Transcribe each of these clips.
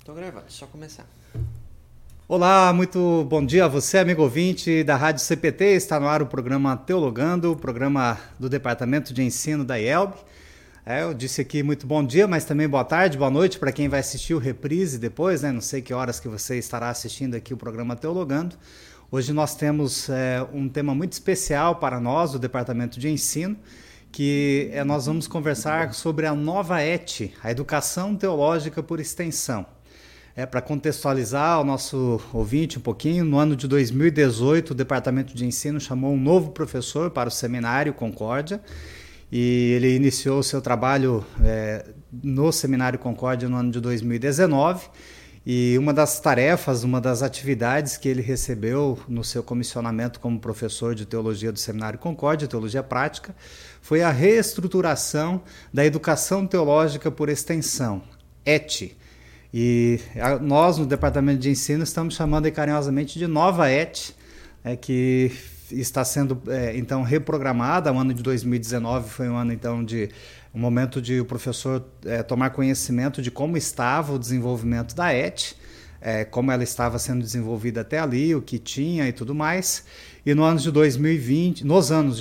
Tô gravando, só começar. Olá, muito bom dia a você, amigo ouvinte da Rádio CPT. Está no ar o programa Teologando, o programa do Departamento de Ensino da IELB. Eu disse aqui muito bom dia, mas também boa tarde, boa noite para quem vai assistir o reprise depois, né? Não sei que horas que você estará assistindo aqui o programa Teologando. Hoje nós temos um tema muito especial para nós, do Departamento de Ensino, que nós vamos conversar sobre a nova ETE, a Educação Teológica por Extensão. Para contextualizar o nosso ouvinte um pouquinho, no ano de 2018 o Departamento de Ensino chamou um novo professor para o Seminário Concórdia e ele iniciou o seu trabalho no Seminário Concórdia no ano de 2019 e uma das tarefas, uma das atividades que ele recebeu no seu comissionamento como professor de Teologia do Seminário Concórdia, Teologia Prática, foi a reestruturação da Educação Teológica por Extensão, ETE. E nós, no Departamento de Ensino, estamos chamando carinhosamente de Nova ETE, que está sendo então reprogramada. O ano de 2019 foi um ano então de um momento de o professor tomar conhecimento de como estava o desenvolvimento da ETE, como ela estava sendo desenvolvida até ali, o que tinha e tudo mais. E no ano de 2020, nos anos de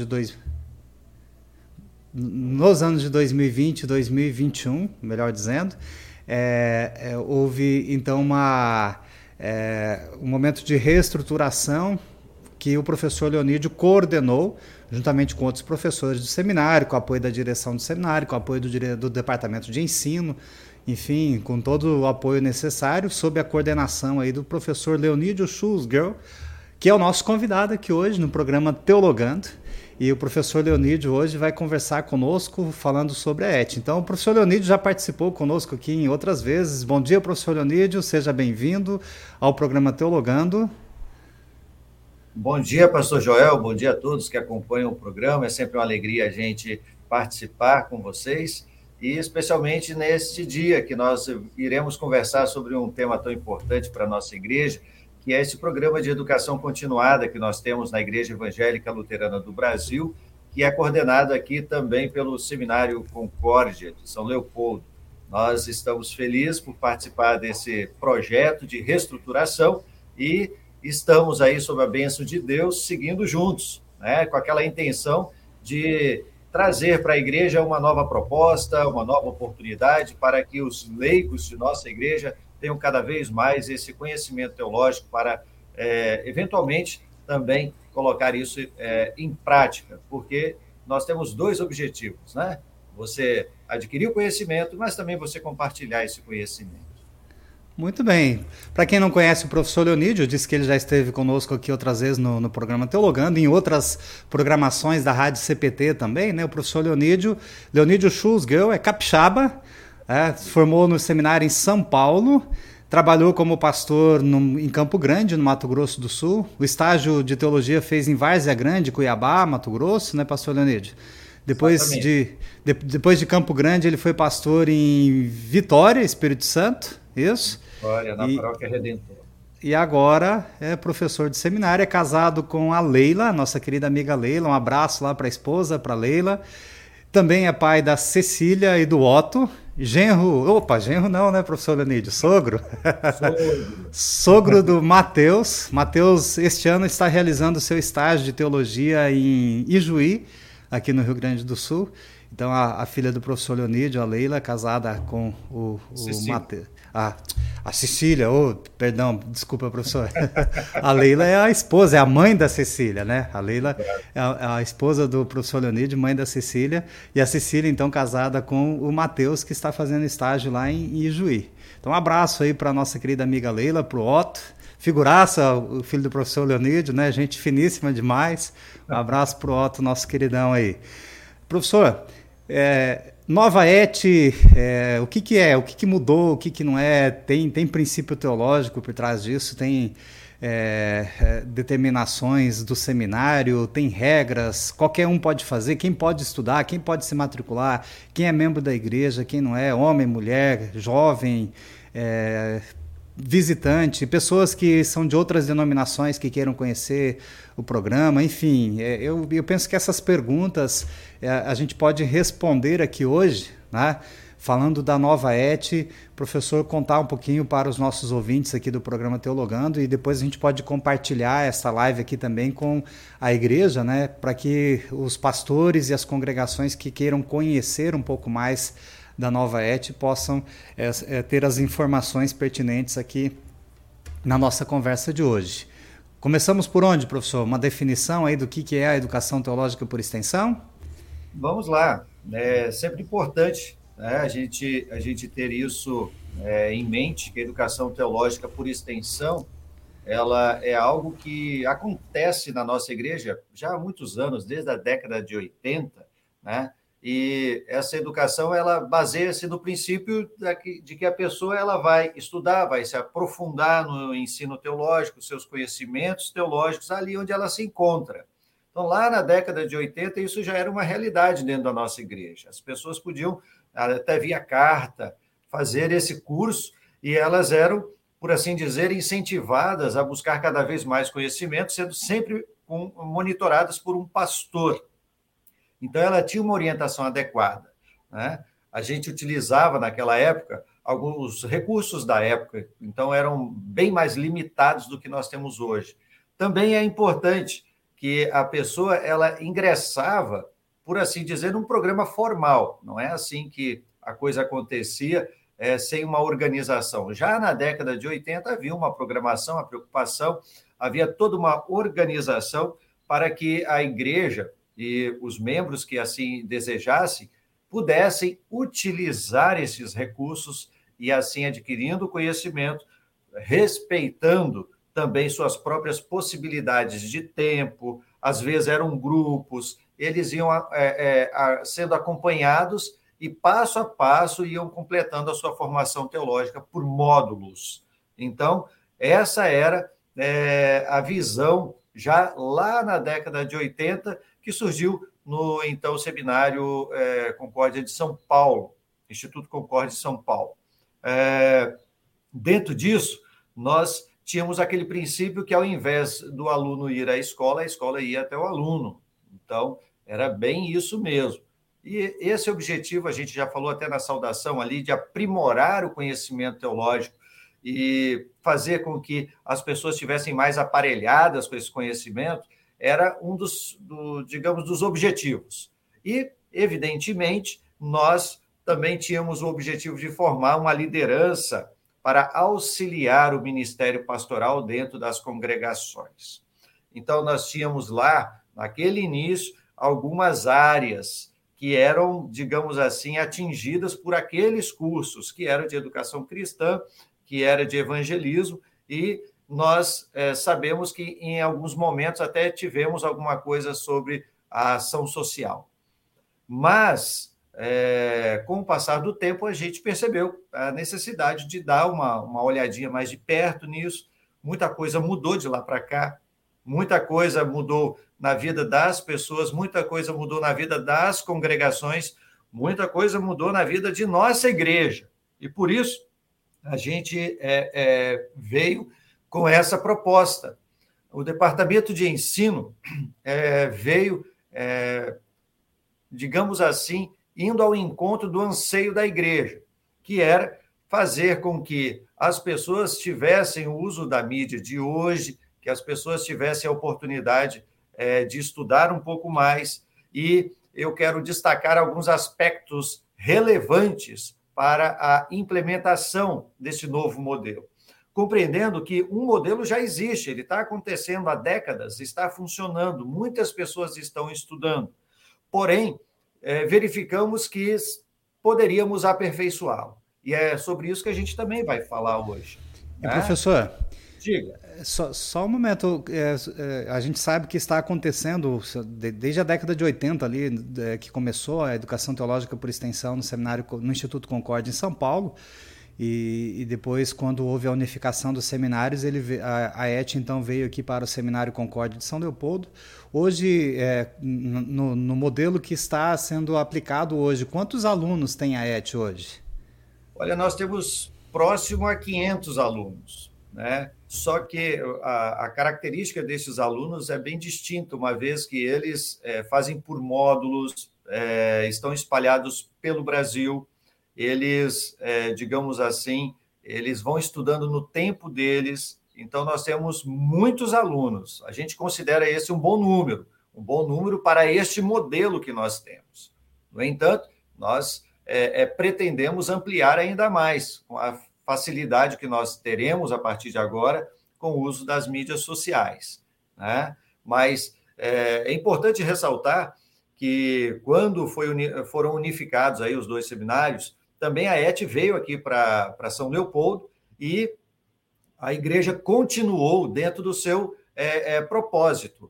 2020 e 2021, melhor dizendo, houve então um momento de reestruturação que o professor Leonídio coordenou, juntamente com outros professores do seminário, com o apoio da direção do seminário, com o apoio do departamento de ensino, enfim, com todo o apoio necessário, sob a coordenação aí do professor Leonídio Schulzgirl, que é o nosso convidado aqui hoje no programa Teologando. E o professor Leonídio hoje vai conversar conosco falando sobre a ETE. Então, o professor Leonídio já participou conosco aqui em outras vezes. Bom dia, professor Leonídio, seja bem-vindo ao programa Teologando. Bom dia, pastor Joel, bom dia a todos que acompanham o programa. É sempre uma alegria a gente participar com vocês e especialmente neste dia que nós iremos conversar sobre um tema tão importante para a nossa igreja, que é esse programa de educação continuada que nós temos na Igreja Evangélica Luterana do Brasil, que é coordenado aqui também pelo Seminário Concórdia de São Leopoldo. Nós estamos felizes por participar desse projeto de reestruturação e estamos aí, sob a bênção de Deus, seguindo juntos, né, com aquela intenção de trazer para a igreja uma nova proposta, uma nova oportunidade para que os leigos de nossa igreja tenham cada vez mais esse conhecimento teológico para, eventualmente, também colocar isso em prática, porque nós temos dois objetivos, né? Você adquirir o conhecimento, mas também você compartilhar esse conhecimento. Muito bem. Para quem não conhece o professor Leonídio, eu disse que ele já esteve conosco aqui outras vezes no programa Teologando, em outras programações da Rádio CPT também, né? O professor Leonídio Schulzgirl é capixaba, se formou no seminário em São Paulo, trabalhou como pastor em Campo Grande, no Mato Grosso do Sul. O estágio de teologia fez em Várzea Grande, Cuiabá, Mato Grosso, né, pastor Leonídio? Depois de Campo Grande, ele foi pastor em Vitória, Espírito Santo, isso? Vitória, na Paróquia Redentor. E agora é professor de seminário, é casado com a Leila, nossa querida amiga Leila. Um abraço lá para a esposa, para a Leila. Também é pai da Cecília e do Otto. Genro não, né, professor Leonídio? Sogro. Sogro do Matheus. Matheus, este ano, está realizando seu estágio de teologia em Ijuí, aqui no Rio Grande do Sul. Então, a filha do professor Leonídio, a Leila, casada com o Matheus. A Cecília, perdão, desculpa, professor. A Leila é a esposa, é a mãe da Cecília, né? A Leila é a esposa do professor Leonídio, mãe da Cecília, e a Cecília, então, casada com o Matheus, que está fazendo estágio lá em Ijuí. Então, um abraço aí para a nossa querida amiga Leila, para o Otto, figuraça, o filho do professor Leonídio, né? Gente finíssima demais. Um abraço para o Otto, nosso queridão aí. Professor, Nova ETE, o que é? O que mudou? O que não é? Tem princípio teológico por trás disso? Tem determinações do seminário? Tem regras? Qualquer um pode fazer? Quem pode estudar? Quem pode se matricular? Quem é membro da igreja? Quem não é? Homem, mulher, jovem, visitante, pessoas que são de outras denominações que queiram conhecer o programa, enfim, eu penso que essas perguntas a gente pode responder aqui hoje, né? falando da nova ET, professor, contar um pouquinho para os nossos ouvintes aqui do programa Teologando, e depois a gente pode compartilhar essa live aqui também com a igreja, né, para que os pastores e as congregações que queiram conhecer um pouco mais da nova ET possam ter as informações pertinentes aqui na nossa conversa de hoje. Começamos por onde, professor? Uma definição aí do que é a educação teológica por extensão? Vamos lá. É sempre importante, né, a gente ter isso em mente, que a educação teológica por extensão ela é algo que acontece na nossa igreja já há muitos anos, desde a década de 80, né? E essa educação ela baseia-se no princípio de que a pessoa ela vai estudar, vai se aprofundar no ensino teológico, seus conhecimentos teológicos ali onde ela se encontra. Então, lá na década de 80, isso já era uma realidade dentro da nossa igreja. As pessoas podiam, até via carta, fazer esse curso e elas eram, por assim dizer, incentivadas a buscar cada vez mais conhecimento, sendo sempre monitoradas por um pastor. Então, ela tinha uma orientação adequada, né? A gente utilizava, naquela época, alguns recursos da época, então eram bem mais limitados do que nós temos hoje. Também é importante que a pessoa ela ingressava, por assim dizer, num programa formal. Não é assim que a coisa acontecia sem uma organização. Já na década de 80 havia uma programação, a preocupação, havia toda uma organização para que a igreja e os membros que assim desejassem pudessem utilizar esses recursos e assim adquirindo conhecimento, respeitando também suas próprias possibilidades de tempo, às vezes eram grupos, eles iam sendo acompanhados e passo a passo iam completando a sua formação teológica por módulos. Então, essa era a visão já lá na década de 80, que surgiu no então Seminário Concórdia de São Paulo, Instituto Concórdia de São Paulo. Dentro disso, nós tínhamos aquele princípio que, ao invés do aluno ir à escola, a escola ia até o aluno. Então, era bem isso mesmo. E esse objetivo, a gente já falou até na saudação ali, de aprimorar o conhecimento teológico e fazer com que as pessoas estivessem mais aparelhadas com esse conhecimento, era um dos objetivos. E, evidentemente, nós também tínhamos o objetivo de formar uma liderança para auxiliar o ministério pastoral dentro das congregações. Então, nós tínhamos lá, naquele início, algumas áreas que eram, digamos assim, atingidas por aqueles cursos, que eram de educação cristã, que era de evangelismo, e nós sabemos que, em alguns momentos, até tivemos alguma coisa sobre a ação social. Mas, com o passar do tempo, a gente percebeu a necessidade de dar uma olhadinha mais de perto nisso. Muita coisa mudou de lá para cá, muita coisa mudou na vida das pessoas, muita coisa mudou na vida das congregações, muita coisa mudou na vida de nossa igreja. E, por isso, a gente veio com essa proposta. O Departamento de Ensino veio, digamos assim, indo ao encontro do anseio da igreja, que era fazer com que as pessoas tivessem o uso da mídia de hoje, que as pessoas tivessem a oportunidade de estudar um pouco mais, e eu quero destacar alguns aspectos relevantes para a implementação desse novo modelo. Compreendendo que um modelo já existe, ele está acontecendo há décadas, está funcionando, muitas pessoas estão estudando. Porém, verificamos que poderíamos aperfeiçoá-lo. E é sobre isso que a gente também vai falar hoje. E, professor, diga. Só um momento, a gente sabe que está acontecendo desde a década de 80 ali, que começou a educação teológica por extensão no Instituto Concórdia em São Paulo, e depois, quando houve a unificação dos seminários, a ET então veio aqui para o Seminário Concórdia de São Leopoldo. Hoje, no modelo que está sendo aplicado hoje, quantos alunos tem a ET hoje? Olha, nós temos próximo a 500 alunos, né? Só que a característica desses alunos é bem distinta, uma vez que eles fazem por módulos, estão espalhados pelo Brasil, eles, digamos assim, eles vão estudando no tempo deles. Então, nós temos muitos alunos. A gente considera esse um bom número para este modelo que nós temos. No entanto, nós pretendemos ampliar ainda mais, com a facilidade que nós teremos a partir de agora com o uso das mídias sociais, né? Mas é importante ressaltar que quando foram unificados aí os 2 seminários, também a ET veio aqui para São Leopoldo e a igreja continuou dentro do seu propósito.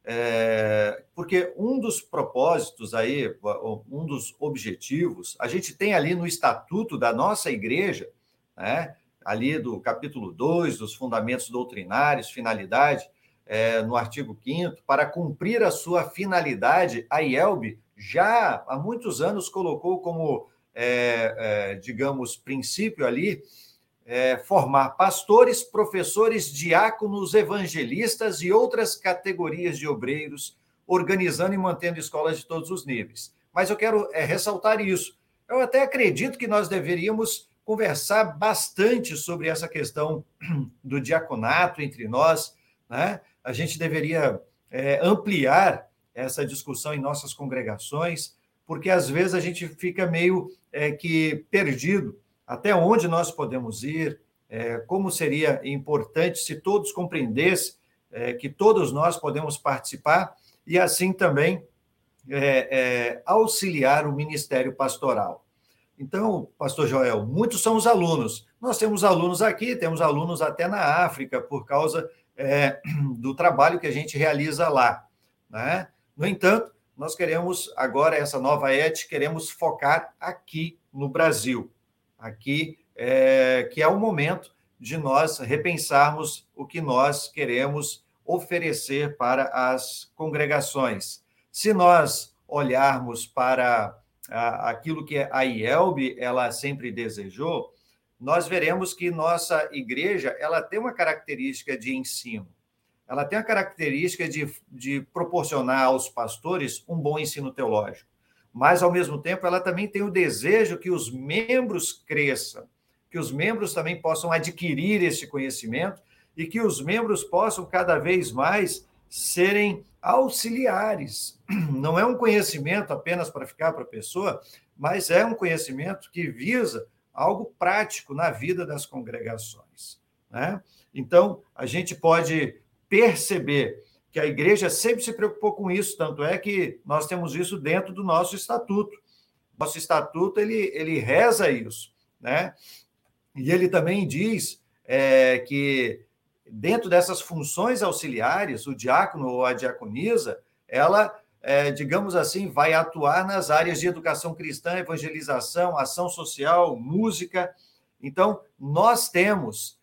Porque um dos propósitos aí, um dos objetivos, a gente tem ali no estatuto da nossa igreja, né, ali do capítulo 2, dos fundamentos doutrinários, finalidade, no artigo 5º, para cumprir a sua finalidade, a IELB já há muitos anos colocou como, digamos, princípio ali, formar pastores, professores, diáconos, evangelistas e outras categorias de obreiros, organizando e mantendo escolas de todos os níveis. Mas eu quero ressaltar isso. Eu até acredito que nós deveríamos conversar bastante sobre essa questão do diaconato entre nós, né? A gente deveria ampliar essa discussão em nossas congregações, porque às vezes a gente fica meio que perdido. Até onde nós podemos ir, como seria importante se todos compreendessem que todos nós podemos participar e assim também auxiliar o ministério pastoral. Então, pastor Joel, muitos são os alunos. Nós temos alunos aqui, temos alunos até na África, por causa do trabalho que a gente realiza lá, né? No entanto, nós queremos agora, essa nova ET, queremos focar aqui no Brasil. Aqui, que é o momento de nós repensarmos o que nós queremos oferecer para as congregações. Se nós olharmos para aquilo que a IELB ela sempre desejou, nós veremos que nossa igreja ela tem uma característica de ensino. Ela tem a característica de proporcionar aos pastores um bom ensino teológico. Mas, ao mesmo tempo, ela também tem o desejo que os membros cresçam, que os membros também possam adquirir esse conhecimento e que os membros possam, cada vez mais, serem auxiliares. Não é um conhecimento apenas para ficar para a pessoa, mas é um conhecimento que visa algo prático na vida das congregações, né? Então, a gente pode perceber que a igreja sempre se preocupou com isso, tanto é que nós temos isso dentro do nosso estatuto. Nosso estatuto, ele reza isso, né? E ele também diz que dentro dessas funções auxiliares, o diácono ou a diaconisa, ela, digamos assim, vai atuar nas áreas de educação cristã, evangelização, ação social, música. Então, nós temos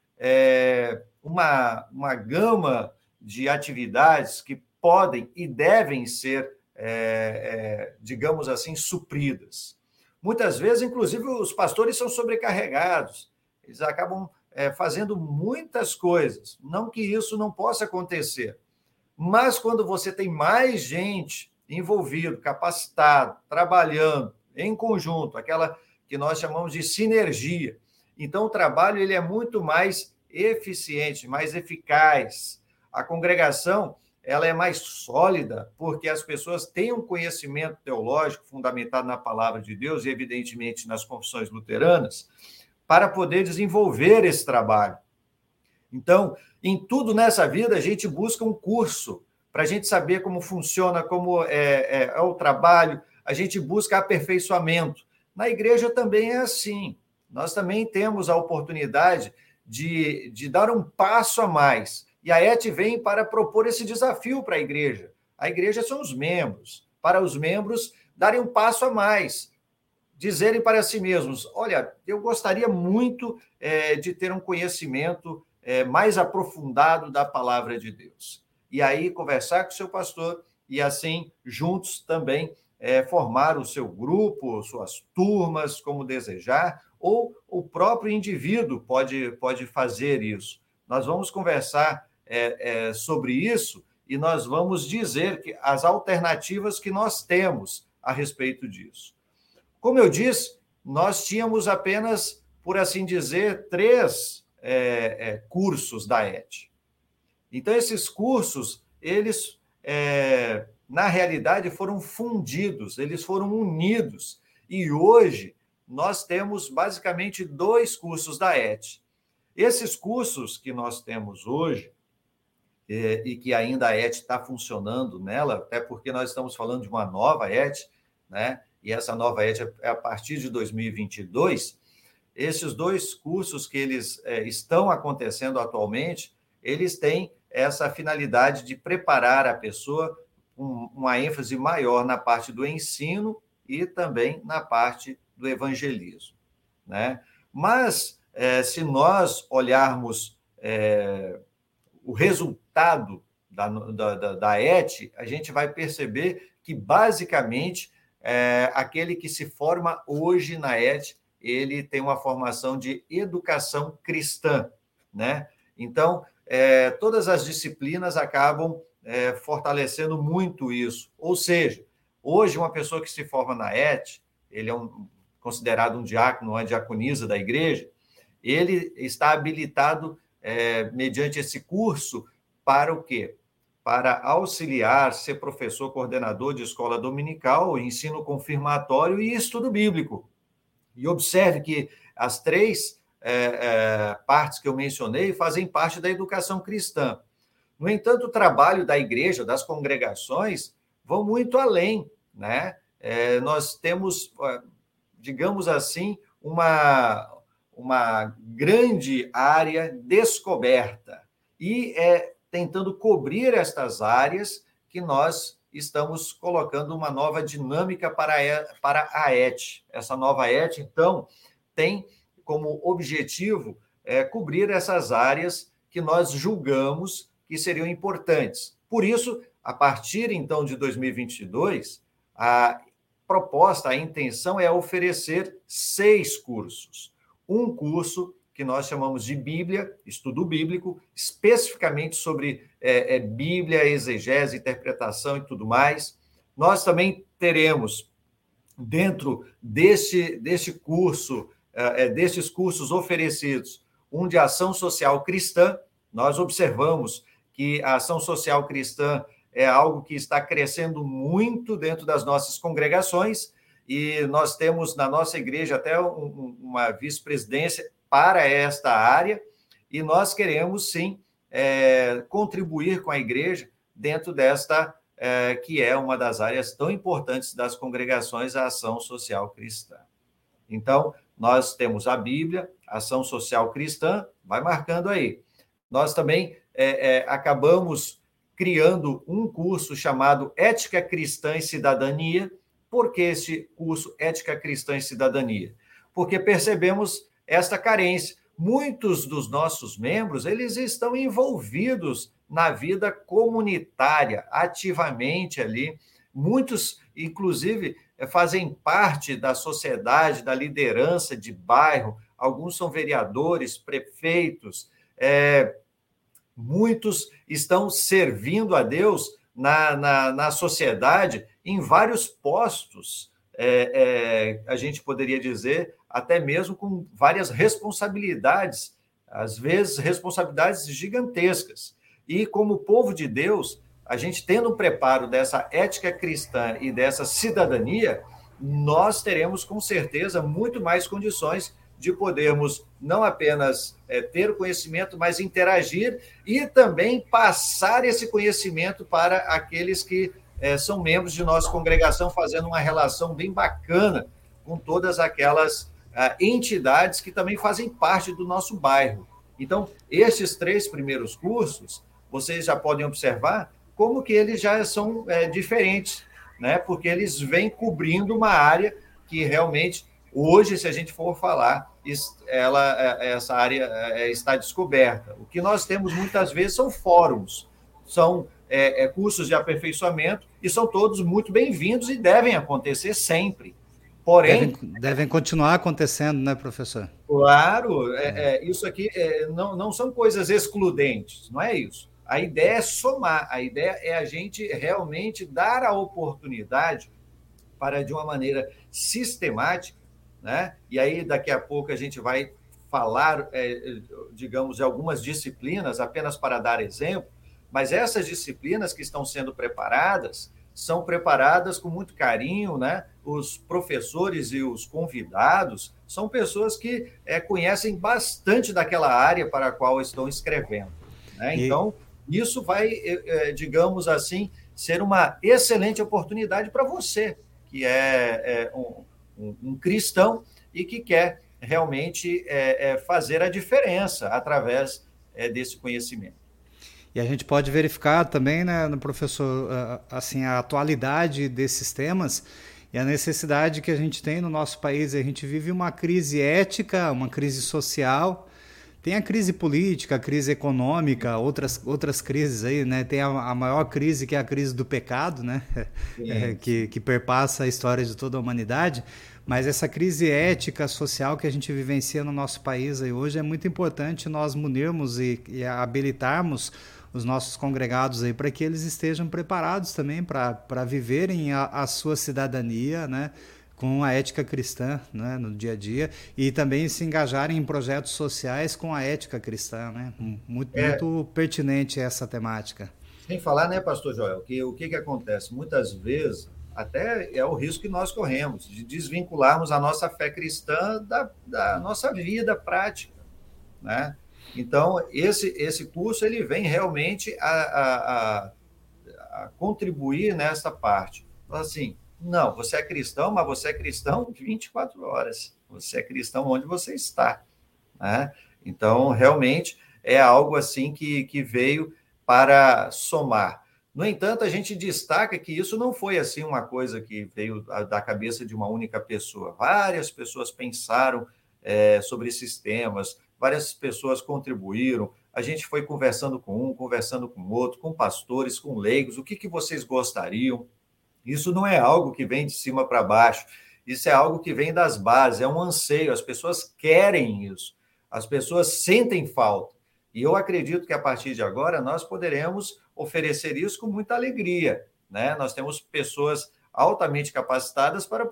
uma gama de atividades que podem e devem ser, digamos assim, supridas. Muitas vezes, inclusive, os pastores são sobrecarregados, eles acabam fazendo muitas coisas, não que isso não possa acontecer, mas quando você tem mais gente envolvida, capacitado, trabalhando em conjunto, aquela que nós chamamos de sinergia, então o trabalho ele é muito mais eficiente, mais eficaz. A congregação ela é mais sólida porque as pessoas têm um conhecimento teológico fundamentado na palavra de Deus e, evidentemente, nas confissões luteranas, para poder desenvolver esse trabalho. Então, em tudo nessa vida, a gente busca um curso para a gente saber como funciona, como é o trabalho, a gente busca aperfeiçoamento. Na igreja também é assim. Nós também temos a oportunidade de dar um passo a mais. E a ET vem para propor esse desafio para a igreja. A igreja são os membros. Para os membros darem um passo a mais, dizerem para si mesmos, olha, eu gostaria muito de ter um conhecimento mais aprofundado da palavra de Deus. E aí conversar com o seu pastor e assim, juntos também, formar o seu grupo, suas turmas, como desejar, ou o próprio indivíduo pode fazer isso. Nós vamos conversar sobre isso e nós vamos dizer que as alternativas que nós temos a respeito disso. Como eu disse, nós tínhamos apenas, por assim dizer, 3 cursos da ET. Então, esses cursos, eles, na realidade, foram fundidos, eles foram unidos. E hoje, nós temos basicamente 2 cursos da ET. Esses cursos que nós temos hoje, e que ainda a ET está funcionando nela, até porque nós estamos falando de uma nova ET, né? E essa nova ET é a partir de 2022. Esses 2 cursos que eles estão acontecendo atualmente, eles têm essa finalidade de preparar a pessoa com uma ênfase maior na parte do ensino e também na parte do evangelismo, né? Mas, se nós olharmos o resultado da ET, a gente vai perceber que, basicamente, aquele que se forma hoje na ET, ele tem uma formação de educação cristã, né? Então, todas as disciplinas acabam fortalecendo muito isso. Ou seja, hoje, uma pessoa que se forma na ET, ele é considerado um diácono, uma diaconisa da igreja, ele está habilitado, mediante esse curso, para o quê? Para auxiliar, ser professor coordenador de escola dominical, ensino confirmatório e estudo bíblico. E observe que as 3 partes que eu mencionei fazem parte da educação cristã. No entanto, o trabalho da igreja, das congregações, vão muito além, né? Nós temos, digamos assim, uma grande área descoberta. E tentando cobrir estas áreas que nós estamos colocando uma nova dinâmica para a ET. Essa nova ET, então, tem como objetivo cobrir essas áreas que nós julgamos que seriam importantes. Por isso, a partir, então, de 2022, a proposta, a intenção é oferecer 6 cursos. Um curso que nós chamamos de Bíblia, estudo bíblico, especificamente sobre Bíblia, exegese, interpretação e tudo mais. Nós também teremos, dentro deste curso, destes cursos oferecidos, um de ação social cristã. Nós observamos que a ação social cristã é algo que está crescendo muito dentro das nossas congregações, e nós temos na nossa igreja até uma vice-presidência para esta área, e nós queremos, sim, contribuir com a igreja dentro desta, que é uma das áreas tão importantes das congregações, a ação social cristã. Então, nós temos a Bíblia, ação social cristã, vai marcando aí. Nós também acabamos criando um curso chamado Ética Cristã e Cidadania. Por que esse curso Ética Cristã e Cidadania? Porque percebemos esta carência. Muitos dos nossos membros, eles estão envolvidos na vida comunitária, ativamente ali. Muitos, inclusive, fazem parte da sociedade, da liderança de bairro. Alguns são vereadores, prefeitos. Muitos estão servindo a Deus na sociedade em vários postos, a gente poderia dizer, até mesmo com várias responsabilidades, às vezes responsabilidades gigantescas. E como povo de Deus, a gente tendo um preparo dessa ética cristã e dessa cidadania, nós teremos com certeza muito mais condições de podermos não apenas ter conhecimento, mas interagir e também passar esse conhecimento para aqueles que são membros de nossa congregação, fazendo uma relação bem bacana com todas aquelas entidades que também fazem parte do nosso bairro. Então, estes 3 primeiros cursos, vocês já podem observar como que eles já são diferentes, né? Porque eles vêm cobrindo uma área que realmente, hoje, se a gente for falar, essa área está descoberta. O que nós temos muitas vezes são fóruns, são cursos de aperfeiçoamento, e são todos muito bem-vindos e devem acontecer sempre. Porém... Devem continuar acontecendo, né, professor? Claro, isso aqui não são coisas excludentes, não é isso. A ideia é somar, a ideia é a gente realmente dar a oportunidade para, de uma maneira sistemática, né? E aí, daqui a pouco, a gente vai falar, digamos, de algumas disciplinas, apenas para dar exemplo, mas essas disciplinas que estão sendo preparadas são preparadas com muito carinho, né? Os professores e os convidados são pessoas que conhecem bastante daquela área para a qual estão escrevendo, né? E, Então, isso vai, digamos assim, ser uma excelente oportunidade para você, que é um cristão e que quer realmente fazer a diferença através desse conhecimento. e a gente pode verificar também, né, no professor, assim, a atualidade desses temas e a necessidade que a gente tem no nosso país. A gente vive uma crise ética, uma crise social, tem a crise política, a crise econômica, outras crises aí, né? Tem a maior crise, que é a crise do pecado, né? Sim, Que perpassa a história de toda a humanidade. Mas essa crise ética, social que a gente vivencia no nosso país aí hoje é muito importante nós munirmos e habilitarmos os nossos congregados aí para que eles estejam preparados também para viverem a sua cidadania, né? Com a ética cristã, né, no dia a dia, e também se engajarem em projetos sociais com a ética cristã, né? Muito, é, muito pertinente essa temática. sem falar, né, pastor Joel, que o que acontece? Muitas vezes, até é o risco que nós corremos, de desvincularmos a nossa fé cristã da nossa vida prática, né? Então, esse curso, ele vem realmente a contribuir nessa parte. Então, assim, não, você é cristão, mas você é cristão 24 horas. Você é cristão onde você está, né? Então, realmente, é algo assim que veio para somar. No entanto, a gente destaca que isso não foi assim uma coisa que veio da cabeça de uma única pessoa. Várias pessoas pensaram sobre esses temas, várias pessoas contribuíram. A gente foi conversando com um, conversando com outro, com pastores, com leigos. O que vocês gostariam? Isso não é algo que vem de cima para baixo. Isso é algo que vem das bases, é um anseio. As pessoas querem isso. As pessoas sentem falta. E eu acredito que a partir de agora nós poderemos oferecer isso com muita alegria, né? Nós temos pessoas altamente capacitadas para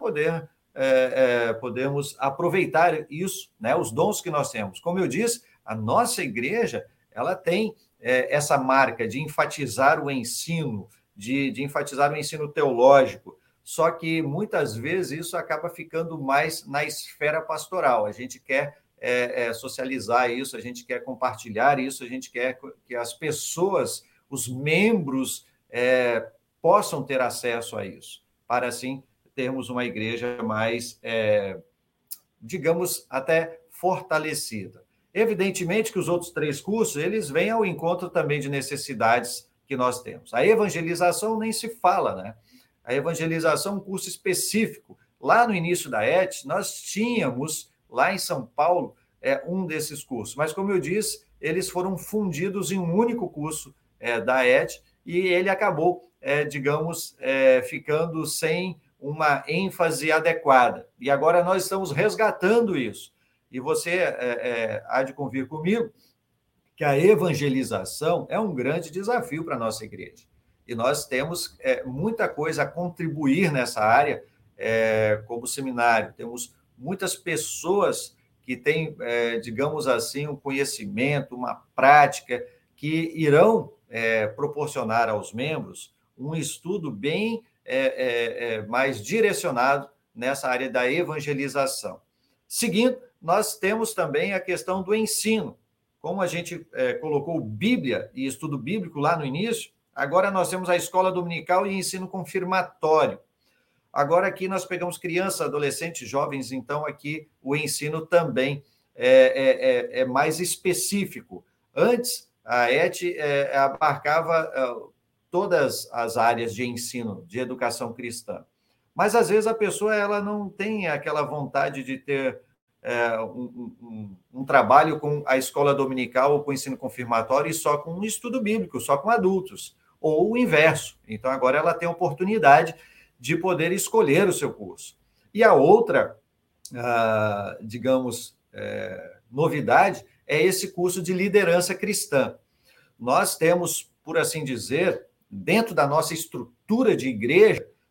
podermos aproveitar isso, né? Os dons que nós temos. Como eu disse, a nossa igreja ela tem essa marca de enfatizar o ensino, de enfatizar o ensino teológico, só que muitas vezes isso acaba ficando mais na esfera pastoral. A gente quer socializar isso, a gente quer compartilhar isso, a gente quer que as pessoas, os membros, possam ter acesso a isso, para assim termos uma igreja mais, digamos, até fortalecida. Evidentemente que os outros 3 cursos, eles vêm ao encontro também de necessidades que nós temos. A evangelização nem se fala, né? A evangelização é um curso específico. Lá no início da ET, nós tínhamos, lá em São Paulo, um desses cursos. Mas, como eu disse, eles foram fundidos em um único curso da ET e ele acabou, digamos, ficando sem uma ênfase adequada. E agora nós estamos resgatando isso. E você há de convir comigo que a evangelização é um grande desafio para a nossa igreja. E nós temos muita coisa a contribuir nessa área, como seminário. Temos muitas pessoas que têm, digamos assim, um conhecimento, uma prática, que irão proporcionar aos membros um estudo bem mais direcionado nessa área da evangelização. Seguindo, nós temos também a questão do ensino. Como a gente colocou Bíblia e estudo bíblico lá no início, agora nós temos a escola dominical e ensino confirmatório. Agora aqui nós pegamos crianças, adolescentes, jovens, então aqui o ensino também é mais específico. Antes, a ET abarcava todas as áreas de ensino, de educação cristã. Mas, às vezes, a pessoa ela não tem aquela vontade de ter um trabalho com a escola dominical ou com o ensino confirmatório e só com um estudo bíblico, só com adultos, ou o inverso. Então, agora ela tem a oportunidade de poder escolher o seu curso. E a outra, digamos, novidade é esse curso de liderança cristã. Nós temos, por assim dizer, dentro da nossa estrutura de igreja,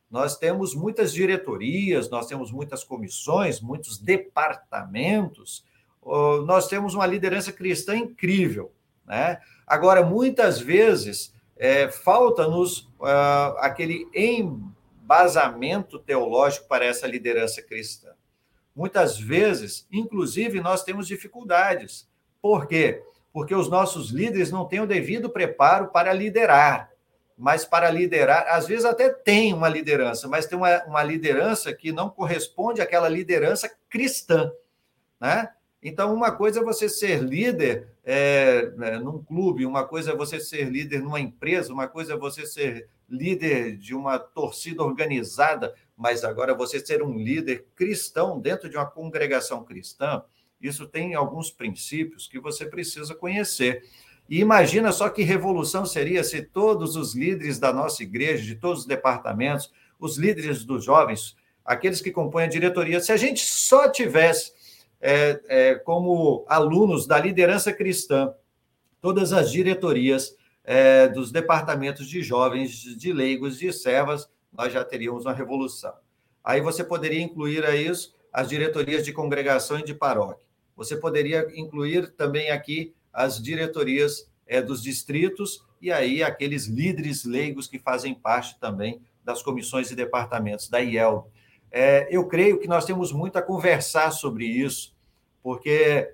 nós temos muitas diretorias, nós temos muitas comissões, muitos departamentos, nós temos uma liderança cristã incrível, né? Agora, muitas vezes, falta-nos aquele embasamento teológico para essa liderança cristã. Muitas vezes, inclusive, nós temos dificuldades. Por quê? Porque os nossos líderes não têm o devido preparo para liderar. Mas para liderar, às vezes até tem uma liderança, mas tem uma liderança que não corresponde àquela liderança cristã, né? Então, uma coisa é você ser líder num clube, uma coisa é você ser líder numa empresa, uma coisa é você ser líder de uma torcida organizada, mas agora você ser um líder cristão dentro de uma congregação cristã, isso tem alguns princípios que você precisa conhecer. E imagina só que revolução seria se todos os líderes da nossa igreja, de todos os departamentos, os líderes dos jovens, aqueles que compõem a diretoria, se a gente só tivesse como alunos da liderança cristã, todas as diretorias dos departamentos de jovens, de leigos, de servas, nós já teríamos uma revolução. Aí você poderia incluir a isso as diretorias de congregação e de paróquia. Você poderia incluir também aqui as diretorias dos distritos e aí aqueles líderes leigos que fazem parte também das comissões e departamentos da IELB. Eu creio que nós temos muito a conversar sobre isso, porque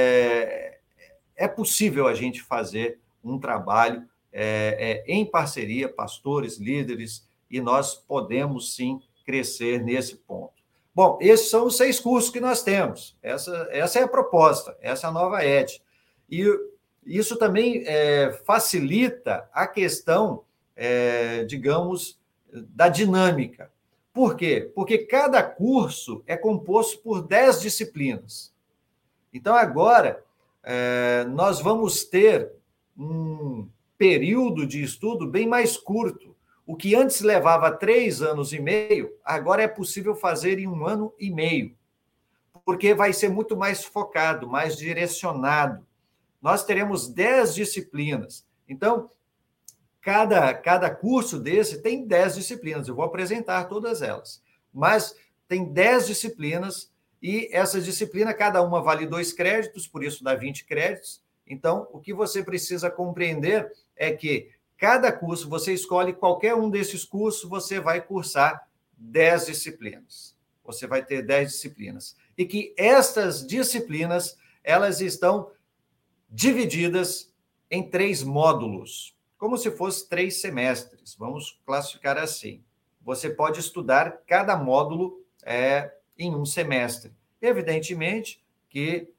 é possível a gente fazer um trabalho em parceria, pastores, líderes, e nós podemos, sim, crescer nesse ponto. Bom, esses são os 6 cursos que nós temos. Essa é a proposta, essa é a nova ED. E isso também facilita a questão, digamos, da dinâmica. Por quê? Porque cada curso é composto por 10 disciplinas. Então, agora, nós vamos ter um período de estudo bem mais curto. O que antes levava 3 anos e meio, agora é possível fazer em 1 ano e meio, porque vai ser muito mais focado, mais direcionado. Nós teremos 10 disciplinas. Então, cada curso desse tem 10 disciplinas. Eu vou apresentar todas elas. Mas tem 10 disciplinas e essa disciplina, cada uma vale 2 créditos, por isso dá 20 créditos. Então, o que você precisa compreender é que cada curso, você escolhe qualquer um desses cursos, você vai cursar 10 disciplinas. Você vai ter 10 disciplinas. E que estas disciplinas, elas estão divididas em 3 módulos, como se fosse 3 semestres, vamos classificar assim. Você pode estudar cada módulo em um semestre. Evidentemente que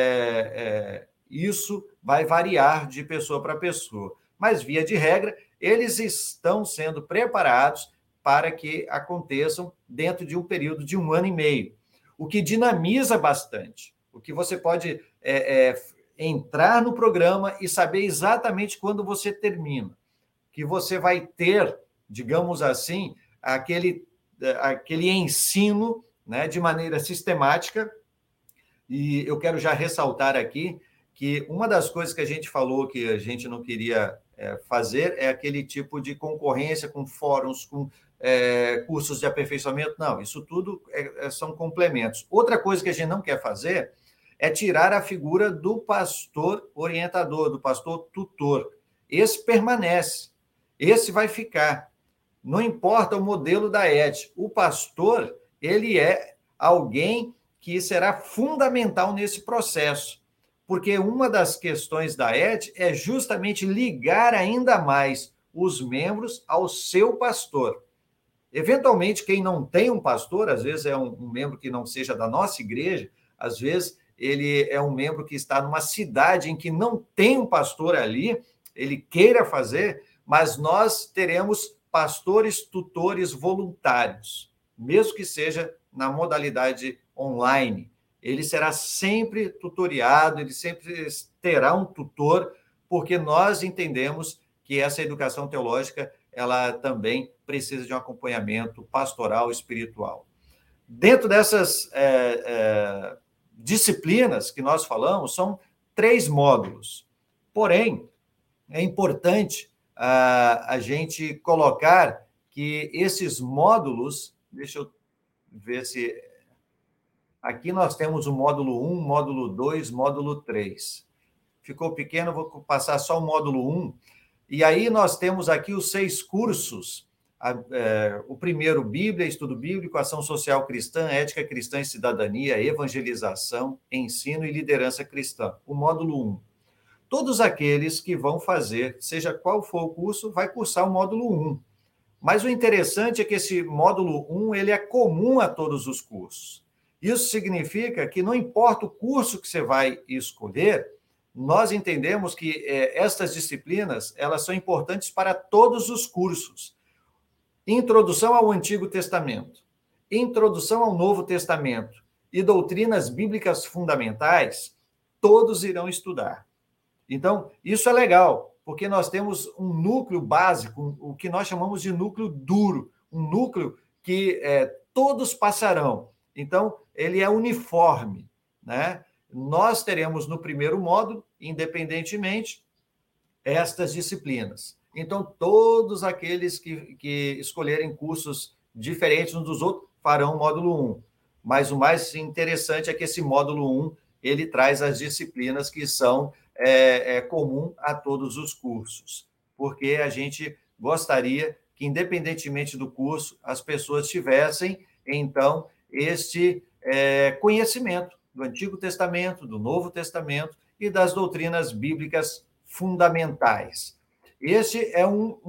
isso vai variar de pessoa para pessoa, mas, via de regra, eles estão sendo preparados para que aconteçam dentro de um período de 1 ano e meio, o que dinamiza bastante, o que você pode entrar no programa e saber exatamente quando você termina, que você vai ter, digamos assim, aquele ensino, né, de maneira sistemática. E eu quero já ressaltar aqui que uma das coisas que a gente falou que a gente não queria fazer é aquele tipo de concorrência com fóruns, com cursos de aperfeiçoamento. Não, isso tudo são complementos. Outra coisa que a gente não quer fazer é tirar a figura do pastor orientador, do pastor tutor. Esse permanece, esse vai ficar. Não importa o modelo da ED. O pastor, ele é alguém que será fundamental nesse processo, porque uma das questões da ED é justamente ligar ainda mais os membros ao seu pastor. Eventualmente, quem não tem um pastor, às vezes é um membro que não seja da nossa igreja, às vezes ele é um membro que está numa cidade em que não tem um pastor ali, ele queira fazer, mas nós teremos pastores tutores voluntários, mesmo que seja na modalidade online. Ele será sempre tutoriado, ele sempre terá um tutor, porque nós entendemos que essa educação teológica, ela também precisa de um acompanhamento pastoral espiritual. Dentro dessas disciplinas que nós falamos, são 3 módulos. Porém, é importante a gente colocar que esses módulos, deixa eu ver se... Aqui nós temos o módulo 1, módulo 2, módulo 3. Ficou pequeno, vou passar só o módulo 1. E aí nós temos aqui os 6 cursos. O primeiro, Bíblia, Estudo Bíblico, Ação Social Cristã, Ética Cristã e Cidadania, Evangelização, Ensino e Liderança Cristã. O módulo 1. Todos aqueles que vão fazer, seja qual for o curso, vai cursar o módulo 1. Mas o interessante é que esse módulo 1 ele é comum a todos os cursos. Isso significa que não importa o curso que você vai escolher, nós entendemos que estas disciplinas elas são importantes para todos os cursos. Introdução ao Antigo Testamento, Introdução ao Novo Testamento e doutrinas bíblicas fundamentais, todos irão estudar. Então, isso é legal, porque nós temos um núcleo básico, o que nós chamamos de núcleo duro, um núcleo que todos passarão. Então, ele é uniforme, né? Nós teremos no primeiro módulo, independentemente, estas disciplinas. Então, todos aqueles que escolherem cursos diferentes uns dos outros farão o módulo 1. Mas o mais interessante é que esse módulo 1 ele traz as disciplinas que são comum a todos os cursos, porque a gente gostaria que, independentemente do curso, as pessoas tivessem, então, este conhecimento do Antigo Testamento, do Novo Testamento e das doutrinas bíblicas fundamentais. Este é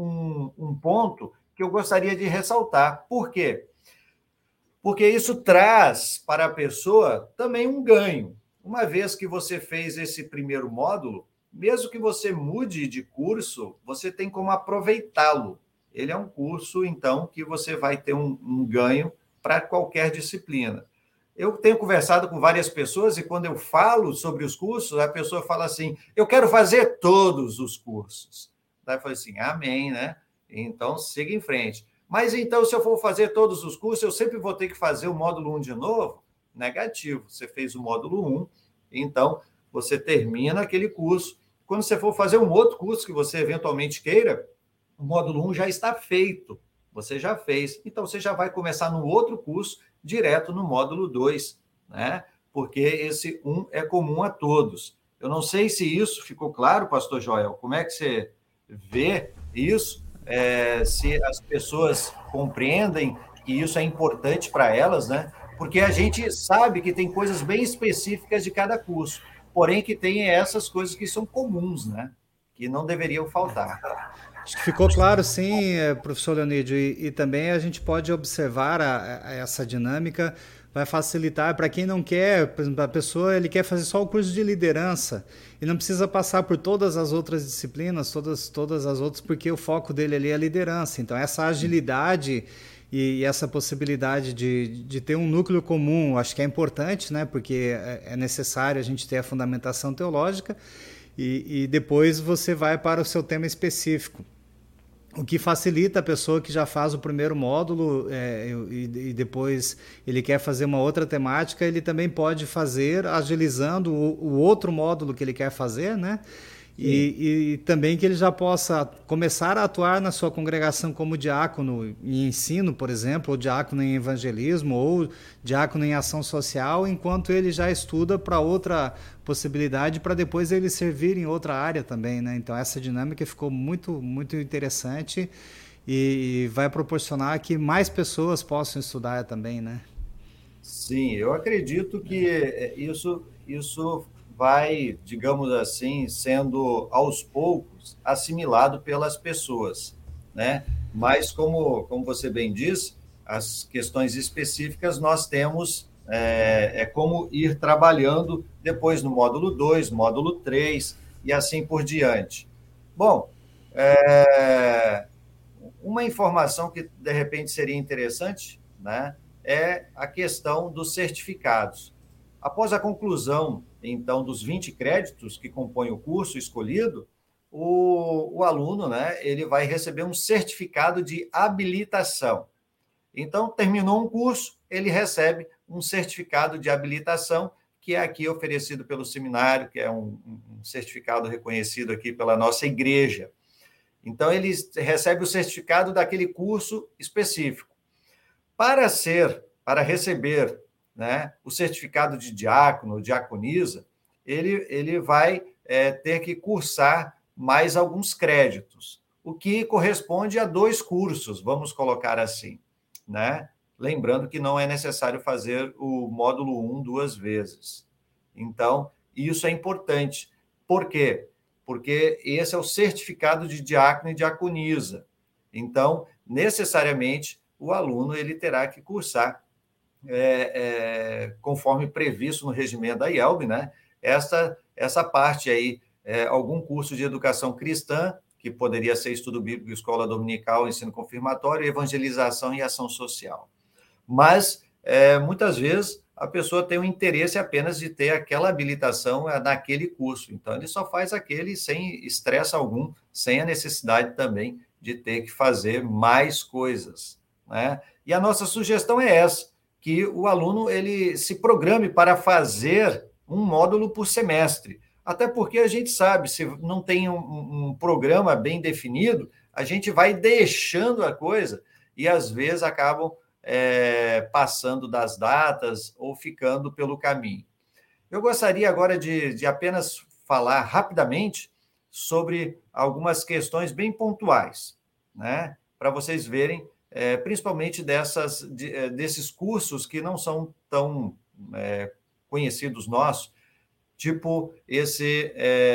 um ponto que eu gostaria de ressaltar. Por quê? Porque isso traz para a pessoa também um ganho. Uma vez que você fez esse primeiro módulo, mesmo que você mude de curso, você tem como aproveitá-lo. Ele é um curso, então, que você vai ter um ganho para qualquer disciplina. Eu tenho conversado com várias pessoas e quando eu falo sobre os cursos, a pessoa fala assim, eu quero fazer todos os cursos. Daí eu falei assim, amém, né? Então, siga em frente. Mas então, se eu for fazer todos os cursos, eu sempre vou ter que fazer o módulo 1 de novo? Negativo. Você fez o módulo 1, então você termina aquele curso. Quando você for fazer um outro curso que você eventualmente queira, o módulo 1 já está feito. Você já fez. Então, você já vai começar no outro curso, direto no módulo 2, né? Porque esse 1 é comum a todos. Eu não sei se isso ficou claro, pastor Joel. Como é que você vê isso? Se as pessoas compreendem que isso é importante para elas, né? Porque a gente sabe que tem coisas bem específicas de cada curso, porém que tem essas coisas que são comuns, né? Que não deveriam faltar. Acho que ficou claro, sim, professor Leonídio, e também a gente pode observar essa dinâmica, vai facilitar para quem não quer, por exemplo, a pessoa ele quer fazer só o curso de liderança e não precisa passar por todas as outras disciplinas, todas as outras, porque o foco dele ali é a liderança. Então, essa agilidade e essa possibilidade de ter um núcleo comum, acho que é importante, né? Porque é necessário a gente ter a fundamentação teológica e depois você vai para o seu tema específico. O que facilita a pessoa que já faz o primeiro módulo e depois ele quer fazer uma outra temática, ele também pode fazer agilizando o outro módulo que ele quer fazer, né? E também que ele já possa começar a atuar na sua congregação como diácono em ensino, por exemplo, ou diácono em evangelismo, ou diácono em ação social, enquanto ele já estuda para outra possibilidade, para depois ele servir em outra área também, né? Então essa dinâmica ficou muito, muito interessante e vai proporcionar que mais pessoas possam estudar também, né? Sim, eu acredito que isso vai, digamos assim, sendo aos poucos assimilado pelas pessoas, né? Mas como você bem disse, as questões específicas nós temos como ir trabalhando depois no módulo 2, módulo 3 e assim por diante. Bom, uma informação que de repente seria interessante, né, é a questão dos certificados. Após a conclusão, então, dos 20 créditos que compõem o curso escolhido, o aluno, né, ele vai receber um certificado de habilitação. Então, terminou um curso, ele recebe um certificado de habilitação, que é aqui oferecido pelo seminário, que é um certificado reconhecido aqui pela nossa igreja. Então, ele recebe o certificado daquele curso específico. Para receber, né, o certificado de diácono, diaconisa, ele vai ter que cursar mais alguns créditos, o que corresponde a 2 cursos, vamos colocar assim, né? Lembrando que não é necessário fazer o módulo 1 2 vezes. Então, isso é importante. Por quê? Porque esse é o certificado de diácono e diaconisa. Então, necessariamente, o aluno ele terá que cursar, conforme previsto no regimento da IELB, né? Essa parte aí, algum curso de educação cristã, que poderia ser estudo bíblico, escola dominical, ensino confirmatório, evangelização e ação social. Mas, muitas vezes, a pessoa tem o interesse apenas de ter aquela habilitação naquele curso. Então, ele só faz aquele sem estresse algum, sem a necessidade também de ter que fazer mais coisas, né? E a nossa sugestão é essa, que o aluno ele se programe para fazer um módulo por semestre. Até porque a gente sabe, se não tem um programa bem definido, a gente vai deixando a coisa e, às vezes, acabam passando das datas ou ficando pelo caminho. Eu gostaria agora de apenas falar rapidamente sobre algumas questões bem pontuais, né? Para vocês verem, principalmente desses cursos que não são tão conhecidos nossos, tipo esse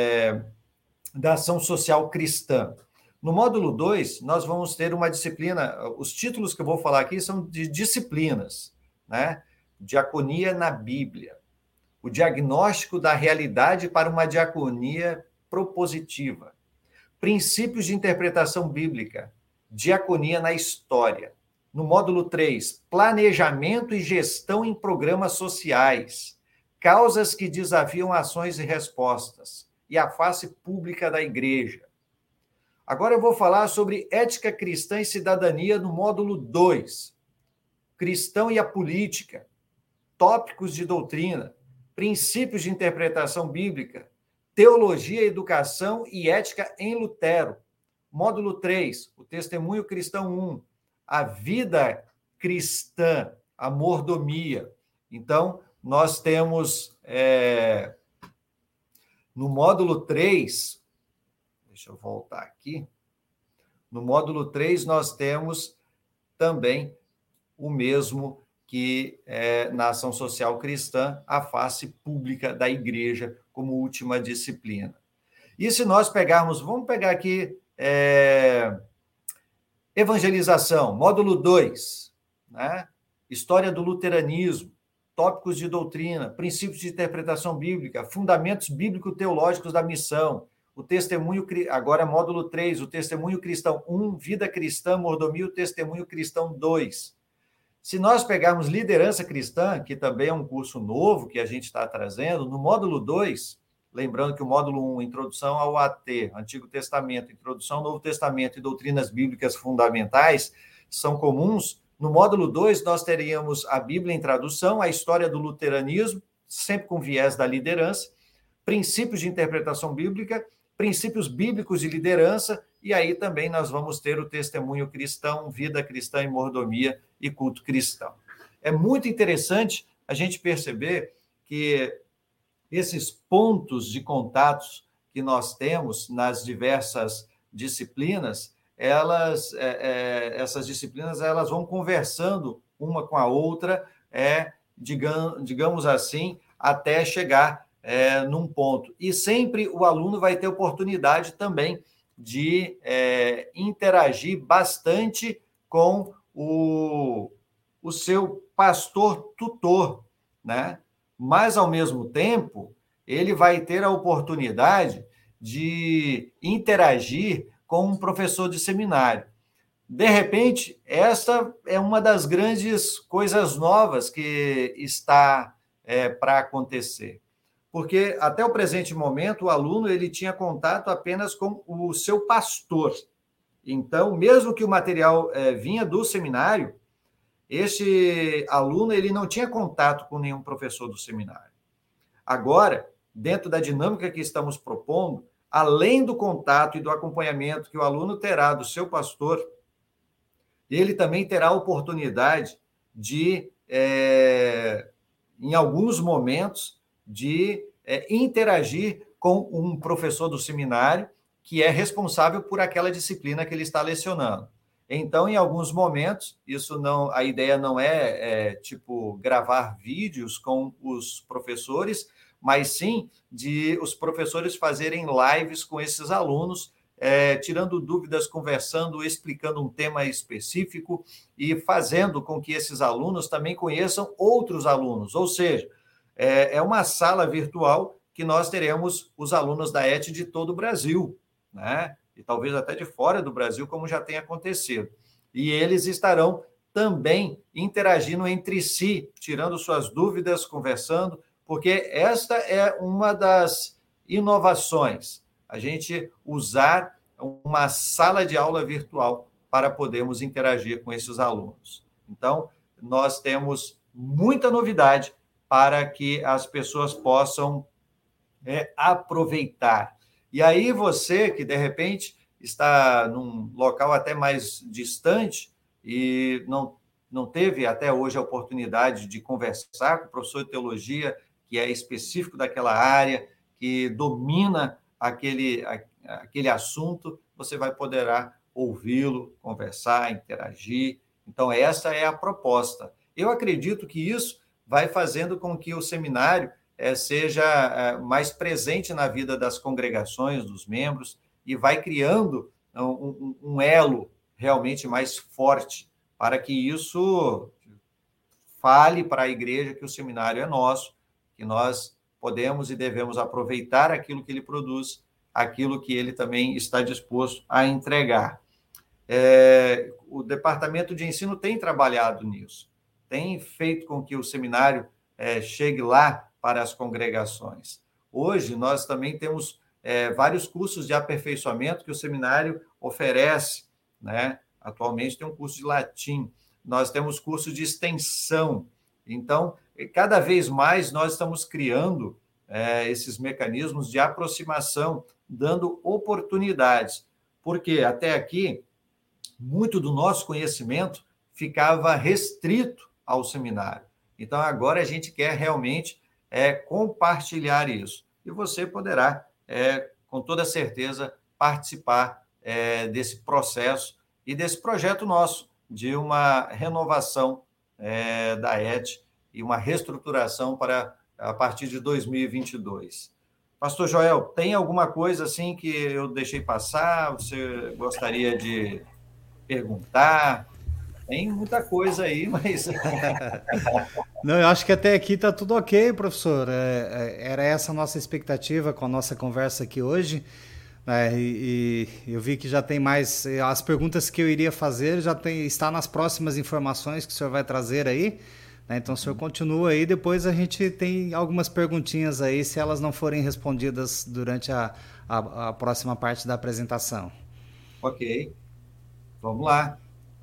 da ação social cristã. No módulo 2, nós vamos ter uma disciplina, os títulos que eu vou falar aqui são de disciplinas, né? Diaconia na Bíblia, o diagnóstico da realidade para uma diaconia propositiva, princípios de interpretação bíblica, diaconia na história. No módulo 3, planejamento e gestão em programas sociais, causas que desafiam ações e respostas, e a face pública da igreja. Agora eu vou falar sobre ética cristã e cidadania no módulo 2. Cristão e a política, tópicos de doutrina, princípios de interpretação bíblica, teologia, educação e ética em Lutero. Módulo 3, o testemunho cristão 1, a vida cristã, a mordomia. Então, nós temos no módulo 3, deixa eu voltar aqui. No módulo 3, nós temos também o mesmo que na ação social cristã, a face pública da igreja como última disciplina. E se nós pegarmos, vamos pegar aqui evangelização, módulo 2, né? História do luteranismo, tópicos de doutrina, princípios de interpretação bíblica, fundamentos bíblico-teológicos da missão, o testemunho, agora módulo 3, o testemunho cristão 1, vida cristã, mordomia, o testemunho cristão 2. Se nós pegarmos liderança cristã, que também é um curso novo que a gente está trazendo, no módulo 2, lembrando que o módulo 1, introdução ao AT, Antigo Testamento, introdução ao Novo Testamento e doutrinas bíblicas fundamentais, são comuns. No módulo 2, nós teríamos a Bíblia em tradução, a história do luteranismo, sempre com viés da liderança, princípios de interpretação bíblica, princípios bíblicos de liderança, e aí também nós vamos ter o testemunho cristão, vida cristã e mordomia e culto cristão. É muito interessante a gente perceber que esses pontos de contatos que nós temos nas diversas disciplinas, essas disciplinas elas vão conversando uma com a outra, digamos assim, até chegar num ponto. E sempre o aluno vai ter oportunidade também de interagir bastante com o seu pastor tutor, né? Mas, ao mesmo tempo, ele vai ter a oportunidade de interagir com um professor de seminário. De repente, essa é uma das grandes coisas novas que está para acontecer. Porque, até o presente momento, o aluno ele tinha contato apenas com o seu pastor. Então, mesmo que o material vinha do seminário, este aluno ele não tinha contato com nenhum professor do seminário. Agora, dentro da dinâmica que estamos propondo, além do contato e do acompanhamento que o aluno terá do seu pastor, ele também terá a oportunidade de, em alguns momentos, de interagir com um professor do seminário que é responsável por aquela disciplina que ele está lecionando. Então, em alguns momentos, a ideia não é tipo gravar vídeos com os professores, mas sim de os professores fazerem lives com esses alunos, tirando dúvidas, conversando, explicando um tema específico e fazendo com que esses alunos também conheçam outros alunos. Ou seja, é uma sala virtual que nós teremos os alunos da ET de todo o Brasil, né? E talvez até de fora do Brasil, como já tem acontecido. E eles estarão também interagindo entre si, tirando suas dúvidas, conversando, porque esta é uma das inovações, a gente usar uma sala de aula virtual para podermos interagir com esses alunos. Então, nós temos muita novidade para que as pessoas possam aproveitar. E aí você que, de repente, está num local até mais distante e não teve até hoje a oportunidade de conversar com o professor de teologia, que é específico daquela área, que domina aquele assunto, você vai poderá ouvi-lo, conversar, interagir. Então, essa é a proposta. Eu acredito que isso vai fazendo com que o seminário seja mais presente na vida das congregações, dos membros, e vai criando um elo realmente mais forte para que isso fale para a igreja que o seminário é nosso, que nós podemos e devemos aproveitar aquilo que ele produz, aquilo que ele também está disposto a entregar. O departamento de ensino tem trabalhado nisso, tem feito com que o seminário chegue lá para as congregações. Hoje, nós também temos vários cursos de aperfeiçoamento que o seminário oferece, né? Atualmente tem um curso de latim, nós temos curso de extensão. Então, cada vez mais nós estamos criando esses mecanismos de aproximação, dando oportunidades, porque até aqui, muito do nosso conhecimento ficava restrito ao seminário. Então, agora a gente quer realmente compartilhar isso. E você poderá, com toda certeza, participar desse processo e desse projeto nosso de uma renovação da ET e uma reestruturação para a partir de 2022. Pastor Joel, tem alguma coisa assim que eu deixei passar? Você gostaria de perguntar? Tem muita coisa aí, mas... Não, eu acho que até aqui está tudo ok, professor. Era essa a nossa expectativa com a nossa conversa aqui hoje. E eu vi que já tem mais. As perguntas que eu iria fazer está nas próximas informações que o senhor vai trazer aí. Né? Então, o senhor continua aí. Depois a gente tem algumas perguntinhas aí, se elas não forem respondidas durante a próxima parte da apresentação. Ok, vamos lá.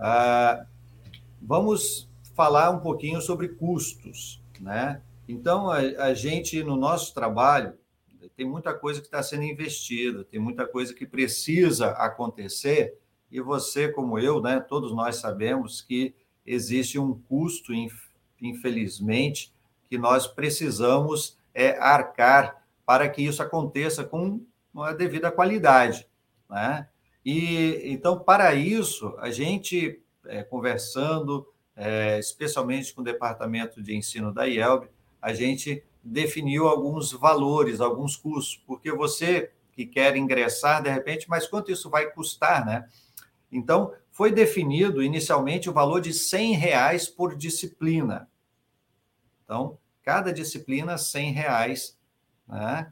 Vamos falar um pouquinho sobre custos, né? Então, a gente, no nosso trabalho, tem muita coisa que está sendo investida, tem muita coisa que precisa acontecer, e você, como eu, né, todos nós sabemos que existe um custo, infelizmente, que nós precisamos arcar para que isso aconteça com uma devida qualidade, né? E, então, para isso, a gente, conversando, especialmente com o Departamento de Ensino da IELB, a gente definiu alguns valores, alguns custos, porque você que quer ingressar, de repente, mas quanto isso vai custar, né? Então, foi definido inicialmente o valor de R$100 por disciplina. Então, cada disciplina, R$100, né?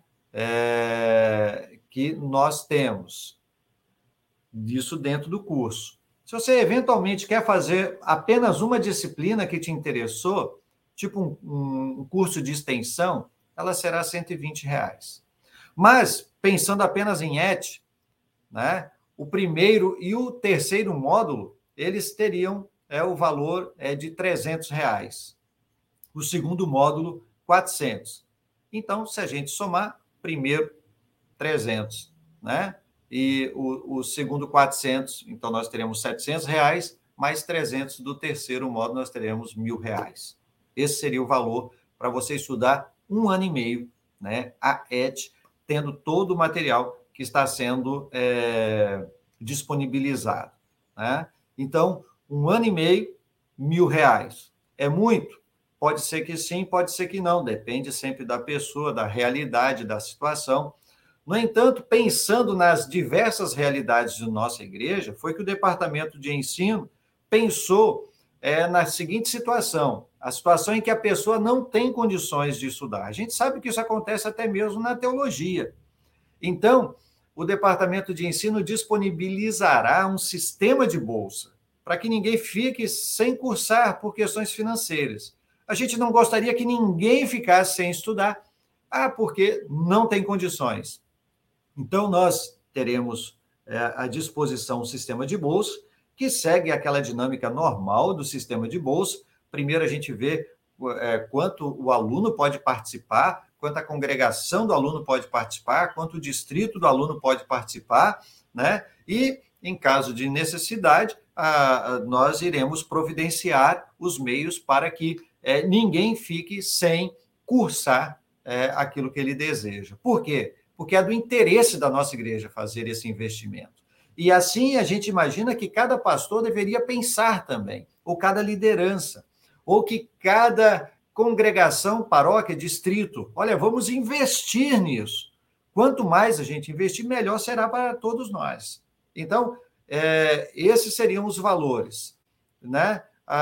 Que nós temos. Isso dentro do curso. Se você eventualmente quer fazer apenas uma disciplina que te interessou, tipo um curso de extensão, ela será R$120. Mas, pensando apenas em ET, né, o primeiro e o terceiro módulo, eles teriam o valor de R$300. O segundo módulo, 400. Então, se a gente somar, primeiro 300, né? E o segundo 400, então nós teremos R$ 700, mais 300 do terceiro módulo, nós teremos R$ 1.000. Esse seria o valor para você estudar 1 ano e meio, né? A ET, tendo todo o material que está sendo disponibilizado, né? Então, 1 ano e meio, R$ 1.000. É muito? Pode ser que sim, pode ser que não, depende sempre da pessoa, da realidade, da situação. No entanto, pensando nas diversas realidades de nossa igreja, foi que o departamento de ensino pensou na seguinte situação: a situação em que a pessoa não tem condições de estudar. A gente sabe que isso acontece até mesmo na teologia. Então, o departamento de ensino disponibilizará um sistema de bolsa para que ninguém fique sem cursar por questões financeiras. A gente não gostaria que ninguém ficasse sem estudar, porque não tem condições. Então, nós teremos à disposição um sistema de bolsa que segue aquela dinâmica normal do sistema de bolsa. Primeiro, a gente vê quanto o aluno pode participar, quanto a congregação do aluno pode participar, quanto o distrito do aluno pode participar, né? E, em caso de necessidade, nós iremos providenciar os meios para que ninguém fique sem cursar aquilo que ele deseja. Por quê? Porque é do interesse da nossa igreja fazer esse investimento. E assim a gente imagina que cada pastor deveria pensar também, ou cada liderança, ou que cada congregação, paróquia, distrito, olha, vamos investir nisso. Quanto mais a gente investir, melhor será para todos nós. Então, esses seriam os valores, né?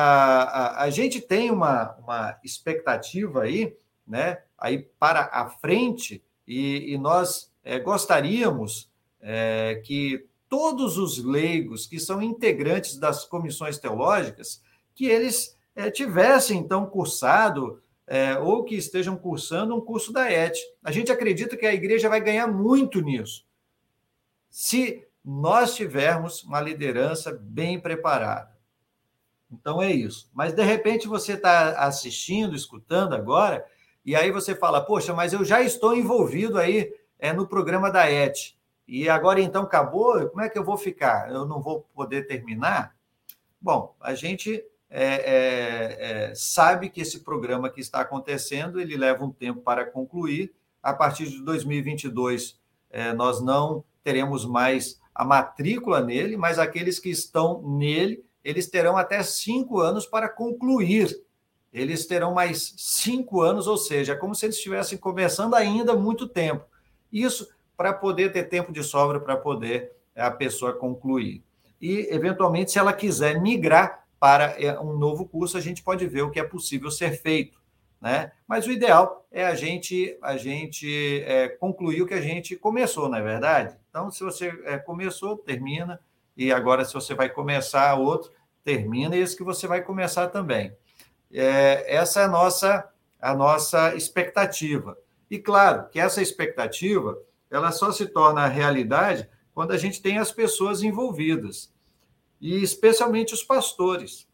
A gente tem uma expectativa aí, né? Aí para a frente, e nós gostaríamos que todos os leigos que são integrantes das comissões teológicas, que eles tivessem, então, cursado ou que estejam cursando um curso da ET. A gente acredita que a igreja vai ganhar muito nisso, se nós tivermos uma liderança bem preparada. Então, é isso. Mas, de repente, você está assistindo, escutando agora, e aí você fala, poxa, mas eu já estou envolvido aí no programa da ET. E agora, então, acabou? Como é que eu vou ficar? Eu não vou poder terminar? Bom, a gente sabe que esse programa que está acontecendo, ele leva um tempo para concluir. A partir de 2022, nós não teremos mais a matrícula nele, mas aqueles que estão nele, eles terão até 5 anos para concluir. Eles terão mais 5 anos, ou seja, é como se eles estivessem começando ainda há muito tempo. Isso para poder ter tempo de sobra para poder a pessoa concluir. E, eventualmente, se ela quiser migrar para um novo curso, a gente pode ver o que é possível ser feito, né? Mas o ideal é a gente concluir o que a gente começou, não é verdade? Então, se você começou, termina, e agora, se você vai começar outro, termina, e esse que você vai começar também. Essa é a nossa expectativa. E, claro, que essa expectativa ela só se torna realidade quando a gente tem as pessoas envolvidas, e especialmente os pastores,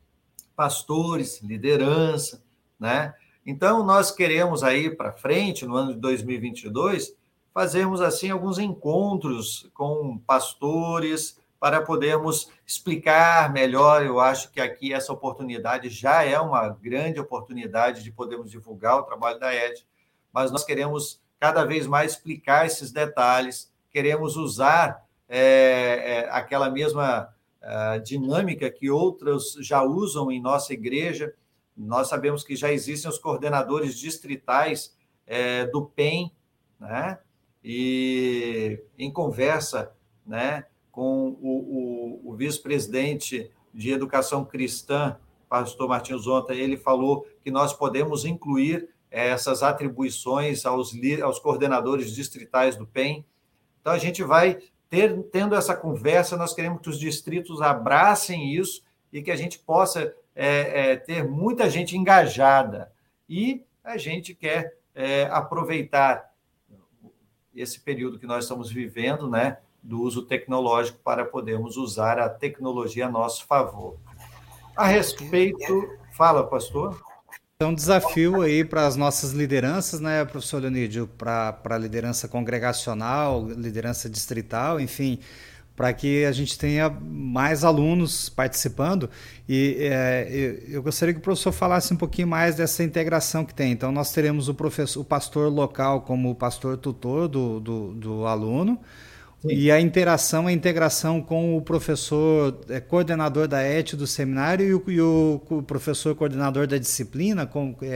liderança, né? Então, nós queremos aí para frente, no ano de 2022, fazermos assim alguns encontros com pastores para podermos explicar melhor. Eu acho que aqui essa oportunidade já é uma grande oportunidade de podermos divulgar o trabalho da ED, mas nós queremos cada vez mais explicar esses detalhes, queremos usar aquela mesma dinâmica que outros já usam em nossa igreja. Nós sabemos que já existem os coordenadores distritais do PEN, né? E em conversa, né, com o vice-presidente de Educação Cristã, pastor Martins Onta, ele falou que nós podemos incluir essas atribuições aos coordenadores distritais do PEN. Então, a gente vai tendo essa conversa, nós queremos que os distritos abracem isso e que a gente possa ter muita gente engajada. E a gente quer aproveitar esse período que nós estamos vivendo, né, do uso tecnológico, para podermos usar a tecnologia a nosso favor. A respeito... Fala, pastor. É um desafio aí para as nossas lideranças, né, professor Leonídio, para a liderança congregacional, liderança distrital, enfim, para que a gente tenha mais alunos participando. E eu gostaria que o professor falasse um pouquinho mais dessa integração que tem. Então, nós teremos o pastor local como o pastor tutor do aluno. Sim. E a integração com o professor coordenador da ET do seminário e o professor coordenador da disciplina.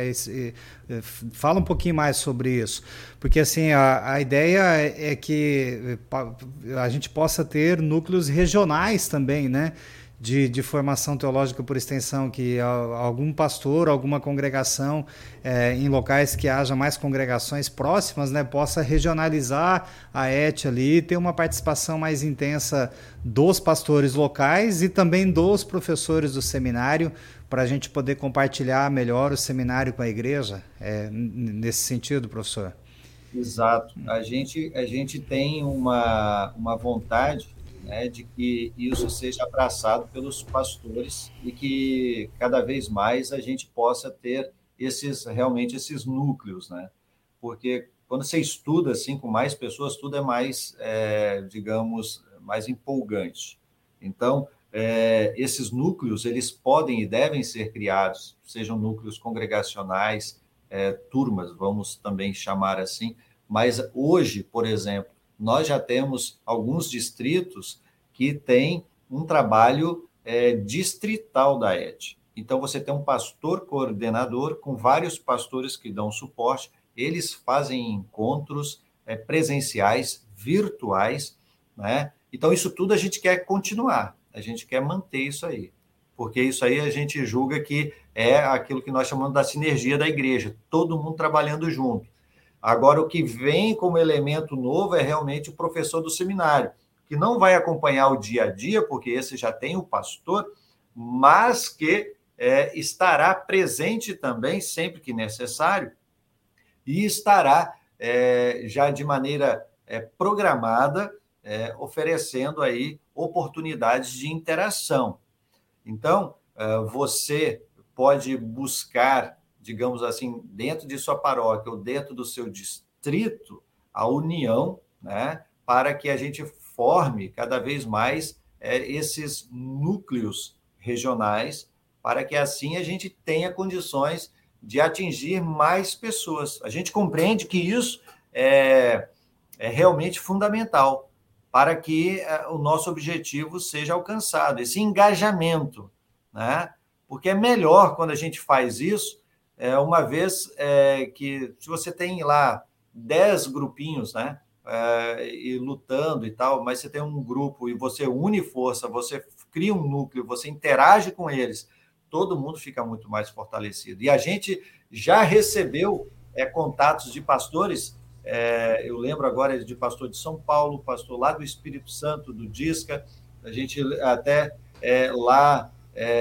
Fala um pouquinho mais sobre isso. Porque assim, a ideia é que a gente possa ter núcleos regionais também, né? De formação teológica por extensão, que algum pastor, alguma congregação, em locais que haja mais congregações próximas, né, possa regionalizar a ET ali e ter uma participação mais intensa dos pastores locais e também dos professores do seminário, para a gente poder compartilhar melhor o seminário com a igreja, nesse sentido, professor? Exato. A gente tem uma vontade, né, de que isso seja abraçado pelos pastores e que cada vez mais a gente possa ter realmente esses núcleos, né? Porque quando você estuda assim com mais pessoas, tudo é mais, digamos, mais empolgante. Então, esses núcleos, eles podem e devem ser criados, sejam núcleos congregacionais, turmas, vamos também chamar assim, mas hoje, por exemplo, nós já temos alguns distritos que têm um trabalho distrital da ET. Então, você tem um pastor coordenador com vários pastores que dão suporte, eles fazem encontros presenciais, virtuais, né? Então, isso tudo a gente quer continuar, a gente quer manter isso aí, porque isso aí a gente julga que é aquilo que nós chamamos da sinergia da igreja, todo mundo trabalhando junto. Agora, o que vem como elemento novo é realmente o professor do seminário, que não vai acompanhar o dia a dia, porque esse já tem o pastor, mas que estará presente também, sempre que necessário, e estará já de maneira programada, oferecendo aí oportunidades de interação. Então, você pode buscar, digamos assim, dentro de sua paróquia ou dentro do seu distrito, a união, né, para que a gente forme cada vez mais esses núcleos regionais, para que assim a gente tenha condições de atingir mais pessoas. A gente compreende que isso é realmente fundamental para que o nosso objetivo seja alcançado, esse engajamento, né? Porque é melhor quando a gente faz isso, uma vez que se você tem lá 10 grupinhos, né, e lutando e tal, mas você tem um grupo e você une força, você cria um núcleo, você interage com eles, todo mundo fica muito mais fortalecido. E a gente já recebeu contatos de pastores, eu lembro agora de pastor de São Paulo, pastor lá do Espírito Santo, do Disca, a gente até lá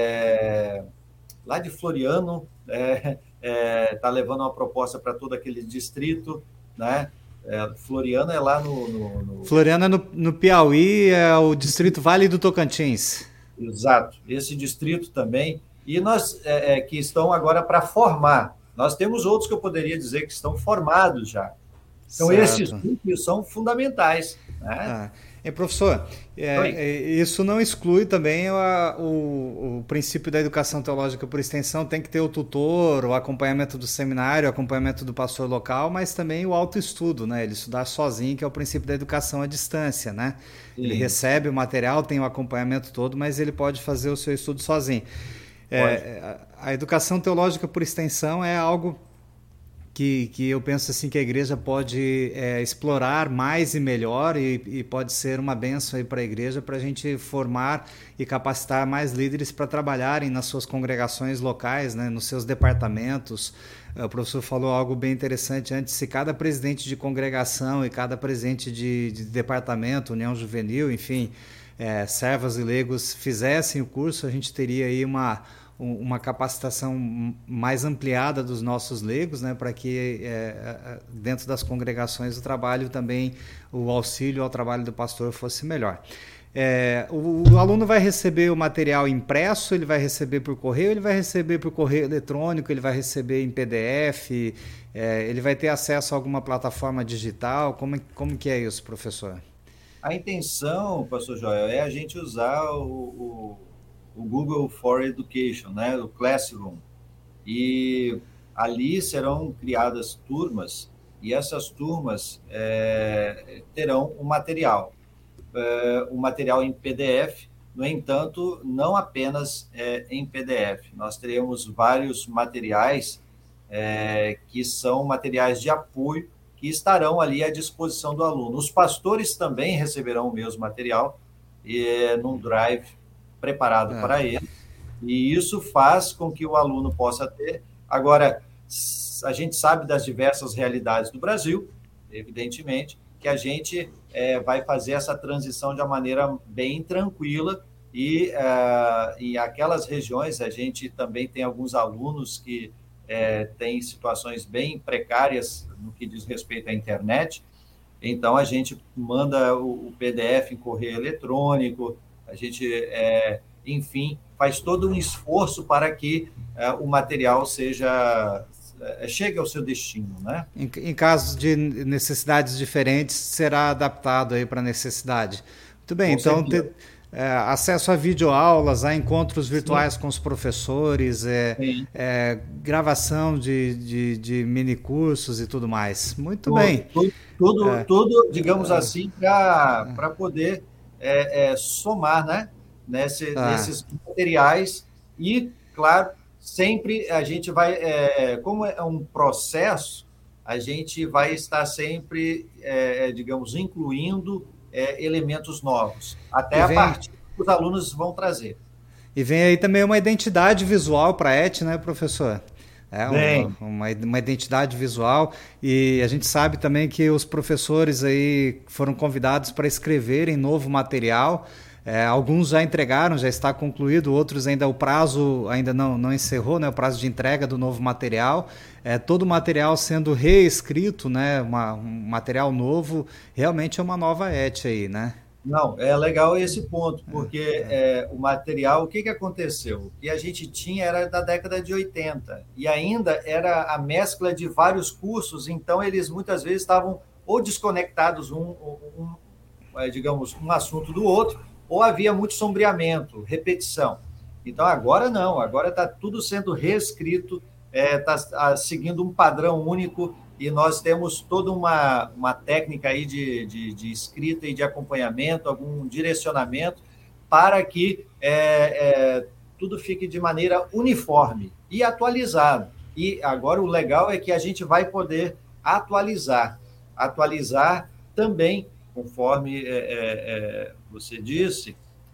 de Floriano, está levando uma proposta para todo aquele distrito, né? Floriano é lá Floriano é no Piauí, é o distrito Vale do Tocantins. Exato, esse distrito também. E nós, que estão agora para formar. Nós temos outros que eu poderia dizer que estão formados já. Então, certo. Esses núcleos são fundamentais, né? Professor, isso não exclui também o princípio da educação teológica por extensão, tem que ter o tutor, o acompanhamento do seminário, o acompanhamento do pastor local, mas também o autoestudo, né? Ele estudar sozinho, que é o princípio da educação à distância, né? Sim. Ele recebe o material, tem o acompanhamento todo, mas ele pode fazer o seu estudo sozinho. A educação teológica por extensão é algo que eu penso assim que a igreja pode explorar mais e melhor e pode ser uma bênção aí para a igreja, para a gente formar e capacitar mais líderes para trabalharem nas suas congregações locais, né, nos seus departamentos. O professor falou algo bem interessante antes: se cada presidente de congregação e cada presidente de departamento, União Juvenil, enfim, servas e leigos fizessem o curso, a gente teria aí uma uma capacitação mais ampliada dos nossos leigos, né, para que dentro das congregações o trabalho também, o auxílio ao trabalho do pastor fosse melhor. O aluno vai receber o material impresso, ele vai receber por correio, ele vai receber por correio eletrônico, ele vai receber em PDF, ele vai ter acesso a alguma plataforma digital, como que é isso, professor? A intenção, pastor Joel, é a gente usar o Google for Education, né, o Classroom, e ali serão criadas turmas, e essas turmas terão um material em PDF. No entanto, não apenas em PDF. Nós teremos vários materiais que são materiais de apoio que estarão ali à disposição do aluno. Os pastores também receberão o mesmo material num drive preparado para ele, e isso faz com que o aluno possa ter. Agora, a gente sabe das diversas realidades do Brasil, evidentemente, que a gente vai fazer essa transição de uma maneira bem tranquila, e em aquelas regiões a gente também tem alguns alunos que têm situações bem precárias no que diz respeito à internet, então a gente manda o PDF em correio eletrônico, a gente, enfim, faz todo um esforço para que o material chegue ao seu destino, né? Em casos de necessidades diferentes, será adaptado aí para a necessidade. Muito bem, então acesso a videoaulas, a encontros virtuais com os professores, gravação de minicursos e tudo mais. Muito bem. Tudo, digamos assim, para poder somar, né, nesses materiais. E, claro, sempre a gente vai, como é um processo, a gente vai estar sempre, digamos, incluindo elementos novos, até a partir que os alunos vão trazer. E vem aí também uma identidade visual para a ET, né, professor? Uma identidade visual, e a gente sabe também que os professores aí foram convidados para escreverem novo material. Alguns já entregaram, já está concluído, outros ainda, o prazo ainda não encerrou, né, o prazo de entrega do novo material. Todo o material sendo reescrito, né, um material novo, realmente é uma nova ET aí, né? Não, é legal esse ponto, porque o material, o que aconteceu? O que a gente tinha era da década de 80, e ainda era a mescla de vários cursos, então eles muitas vezes estavam ou desconectados digamos, um assunto do outro, ou havia muito sombreamento, repetição. Então, agora não, agora está tudo sendo reescrito, está seguindo um padrão único, e nós temos toda uma técnica aí de escrita e de acompanhamento, algum direcionamento, para que tudo fique de maneira uniforme e atualizado. E agora o legal é que a gente vai poder atualizar também, conforme você disse,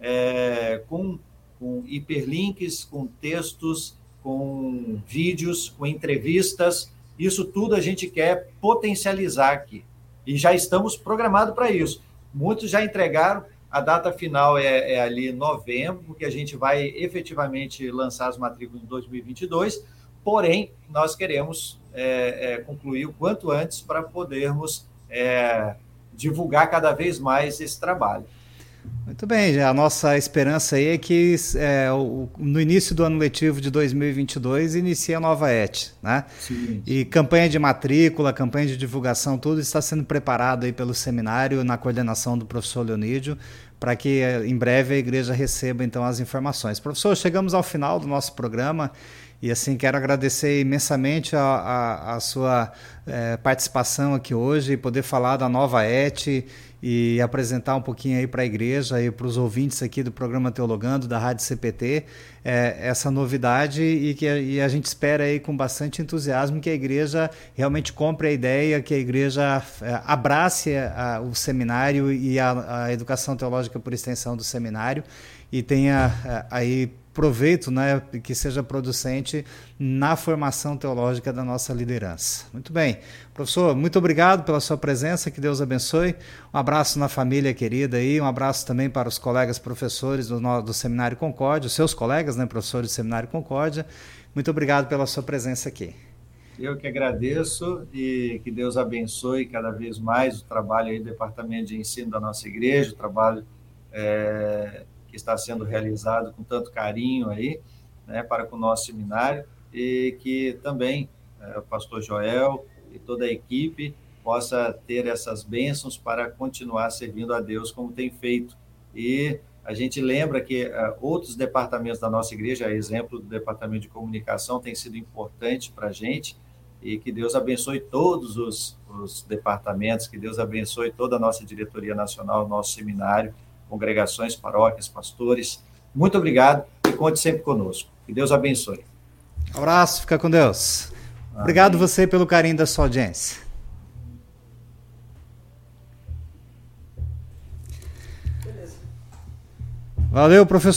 com hiperlinks, com textos, com vídeos, com entrevistas. Isso tudo a gente quer potencializar aqui. E já estamos programados para isso. Muitos já entregaram, a data final é ali em novembro, porque a gente vai efetivamente lançar as matrículas em 2022, porém, nós queremos concluir o quanto antes para podermos divulgar cada vez mais esse trabalho. Muito bem, a nossa esperança aí é que no início do ano letivo de 2022 inicie a nova ET, né? Sim. E campanha de matrícula, campanha de divulgação, tudo está sendo preparado aí pelo seminário na coordenação do professor Leonídio, para que em breve a igreja receba então as informações. Professor, chegamos ao final do nosso programa. E assim, quero agradecer imensamente a sua participação aqui hoje e poder falar da nova ET e apresentar um pouquinho aí para a igreja e para os ouvintes aqui do programa Teologando, da Rádio CPT, essa novidade, e a gente espera aí com bastante entusiasmo que a igreja realmente compre a ideia, que a igreja abrace o seminário e a educação teológica por extensão do seminário, e tenha aí proveito, né, que seja producente na formação teológica da nossa liderança. Muito bem. Professor, muito obrigado pela sua presença, que Deus abençoe. Um abraço na família querida aí, um abraço também para os colegas professores do Seminário Concórdia, os seus colegas, né, professores do Seminário Concórdia. Muito obrigado pela sua presença aqui. Eu que agradeço e que Deus abençoe cada vez mais o trabalho aí do Departamento de Ensino da nossa igreja, o trabalho que está sendo realizado com tanto carinho aí, né, para com o nosso seminário, e que também o pastor Joel e toda a equipe possa ter essas bênçãos para continuar servindo a Deus como tem feito. E a gente lembra que outros departamentos da nossa igreja, a exemplo do Departamento de Comunicação, tem sido importante para a gente, e que Deus abençoe todos os departamentos, que Deus abençoe toda a nossa diretoria nacional, nosso seminário, congregações, paróquias, pastores. Muito obrigado e conte sempre conosco. Que Deus abençoe. Um abraço, fica com Deus. Amém. Obrigado você pelo carinho da sua audiência. Valeu, professor.